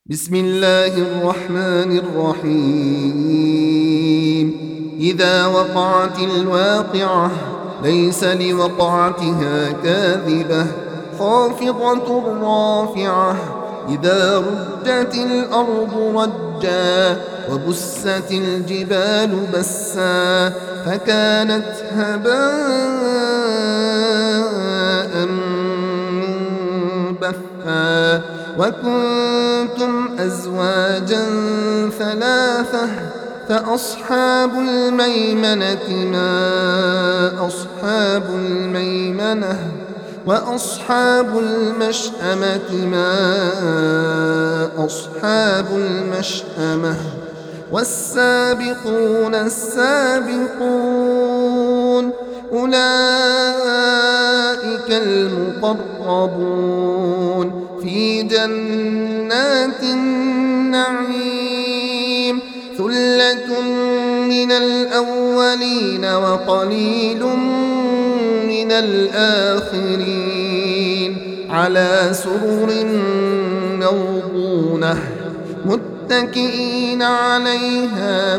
بسم الله الرحمن الرحيم. إذا وقعت الواقعة ليس لوقعتها كاذبة خافضة رافعة. إذا رجت الأرض رجا وبست الجبال بسا فكانت هباء منبثا وكنتم أزواجا ثلاثة فأصحاب الميمنة ما أصحاب الميمنة وأصحاب المشأمة ما أصحاب المشأمة والسابقون السابقون أولئك المقربون في جنات النعيم. ثلة من الأولين وقليل من الآخرين على سرر موضونة متكئين عليها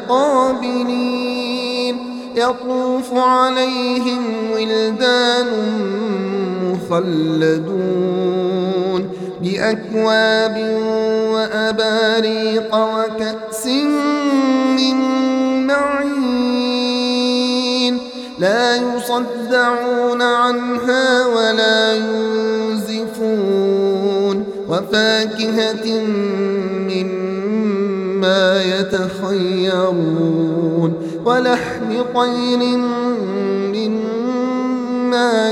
متقابلين يطوف عليهم ولدان مخلدون بأكواب وأباريق وكأس من معين لا يصدعون عنها ولا ينزفون وفاكهة مما يتخيرون ولحم طير مما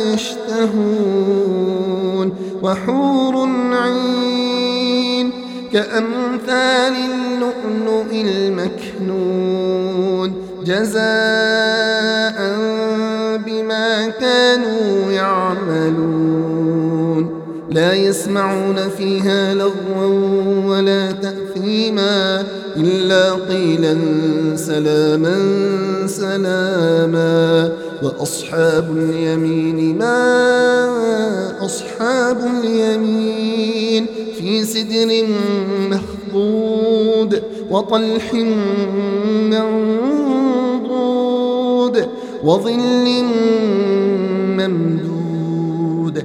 يشتهون وحور عين كأمثال اللؤلؤ المكنون جزاء بما كانوا يعملون. لا يسمعون فيها لغوا ولا تأثيما إلا قيلا سلاما سلاما. وأصحاب اليمين ما أصحاب اليمين في سدر مخضود وطلح منضود وظل ممدود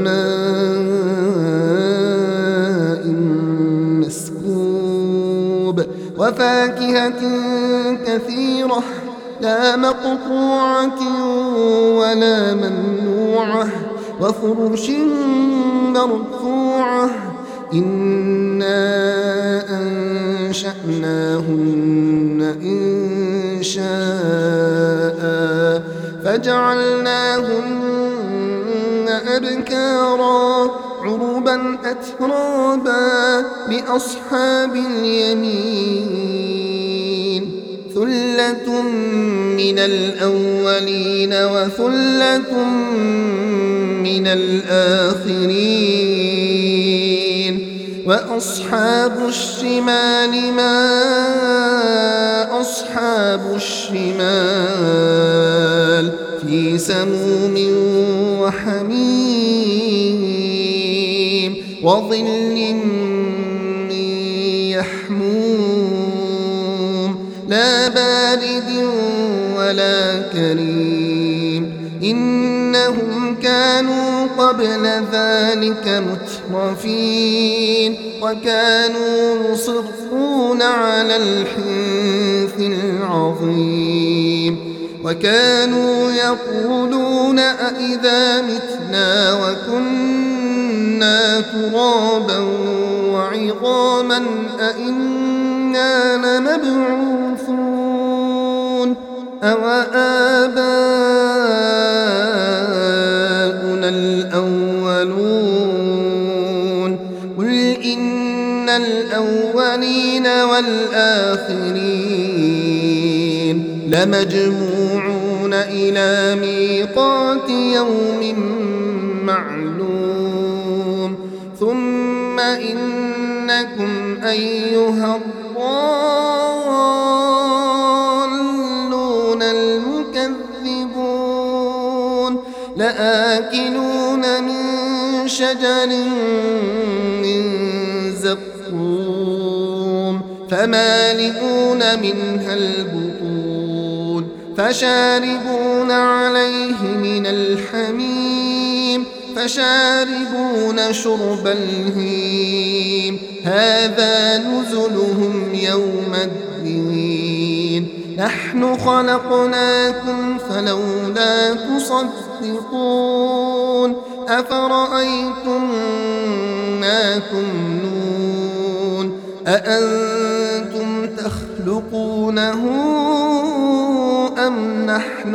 وماء مسكوب وفاكهة كثيرة لا مقطوعة ولا ممنوعة وفرش مرفوعة إنا أنشأناهن إنشاء فجعلناهن أبكارا عربا أترابا لأصحاب اليمين. ثلة من الأولين وثلة من الآخرين وأصحاب الشمال ما أصحاب الشمال في سموم وحميم وظل من يحموم لا بارد ولا كريم إنهم كانوا قبل ذلك مترفين وكانوا يصرون على الحنث العظيم وكانوا يقولون أئذا متنا وكنا ترابا وعظاما أئنا لمبعوثون أو آباؤنا الأولون قل إن الأولين والآخرين لمجموعون إلى ميقات يوم معلوم ثم إنكم أيها الضالون المكذبون لآكلون من شجر من زقوم الزقوم فمالئون منها البطون فشاربون عليه من الحميم فشاربون شرب الهيم هذا نزلهم يوم الدين نحن خلقناكم فلولا تصدقون أفرأيتم ما تمنون أأنتم تخلقونه أم نحن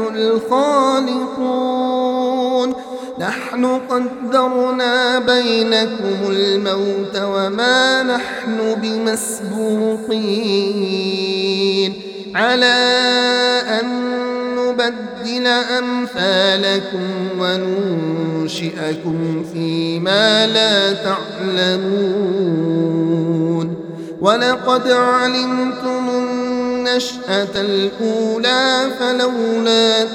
الخالقون نحن قدرنا بينكم الموت وما نحن بمسبوقين على أن نبدل أمثالكم وننشئكم فيما لا تعلمون ولقد علمتم النشأة الأولى فلولا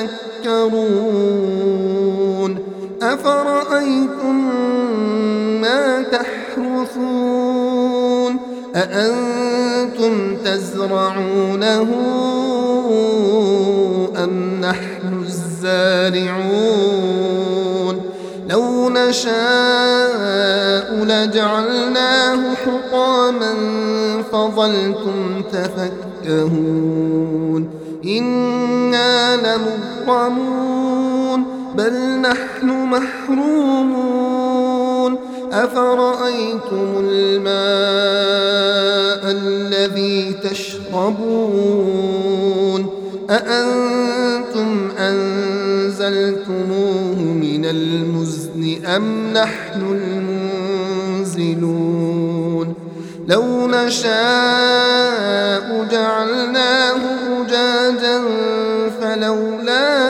تذكرون أفرأيتم ما تحرثون أأنتم تزرعونه أم نحن الزارعون لو نشاء لجعلناه حطاما فظلتم تفكهون إنا لمغرمون بل نحن محرومون أفرأيتم الماء الذي تشربون أأنتم أنزلتموه من المزن أم نحن المنزلون لو نشاء جعلناه أجاجا فلولا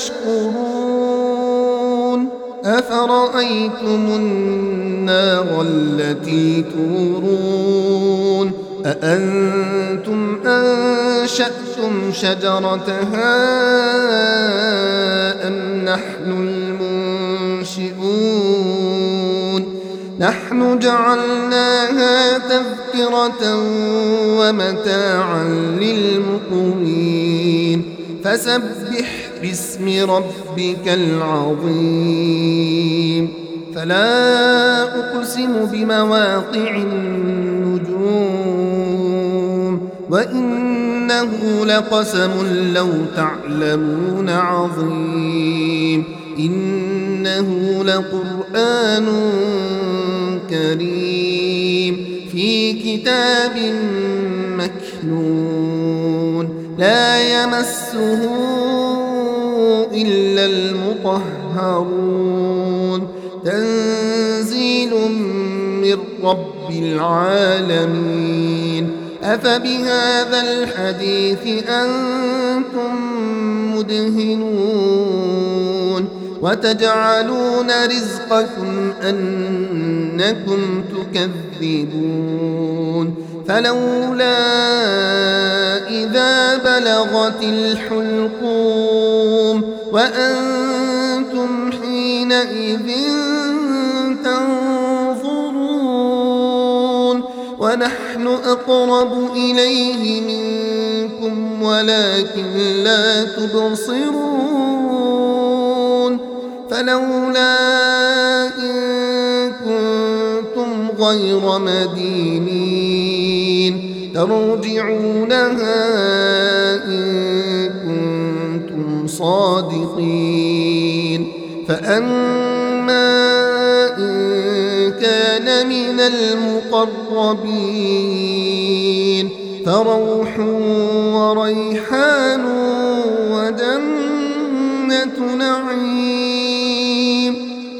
تشكرون أفرأيتم النار التي تورون أأنتم أنشأتم شجرتها أم نحن المنشئون نحن جعلناها تذكرة ومتاعا للمقوين فسبح باسم ربك العظيم فلا أقسم بمواقع النجوم وإنه لقسم لو تعلمون عظيم إنه لقرآن كريم في كتاب مكنون لا يمسه إلا المطهرون تنزيل من رب العالمين أفبهذا الحديث أنتم مدهنون وتجعلون رزقكم أنكم تكذبون فلولا إذا بلغت الحلقوم وأنتم حينئذ تنظرون ونحن أقرب إليه منكم ولكن لا تبصرون فلولا إن كنتم غير مدينين ترجعونها إن كنتم صادقين فأما إن كان من المقربين فروح وريحان وجنة نعيم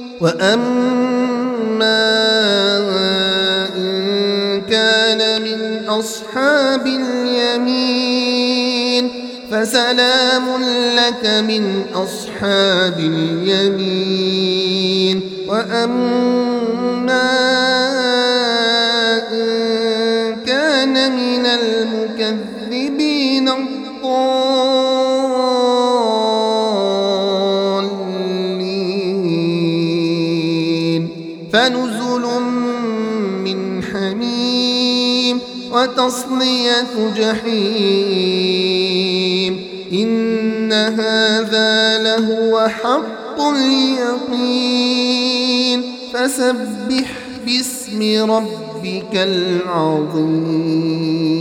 وأما إن كان من أصحاب اليمين فسلام لك من أصحاب اليمين وأما إن كان من المكذبين الضالين فنزل من حميم وتصلية جحيم إن هذا لهو حق اليقين فسبح باسم ربك العظيم.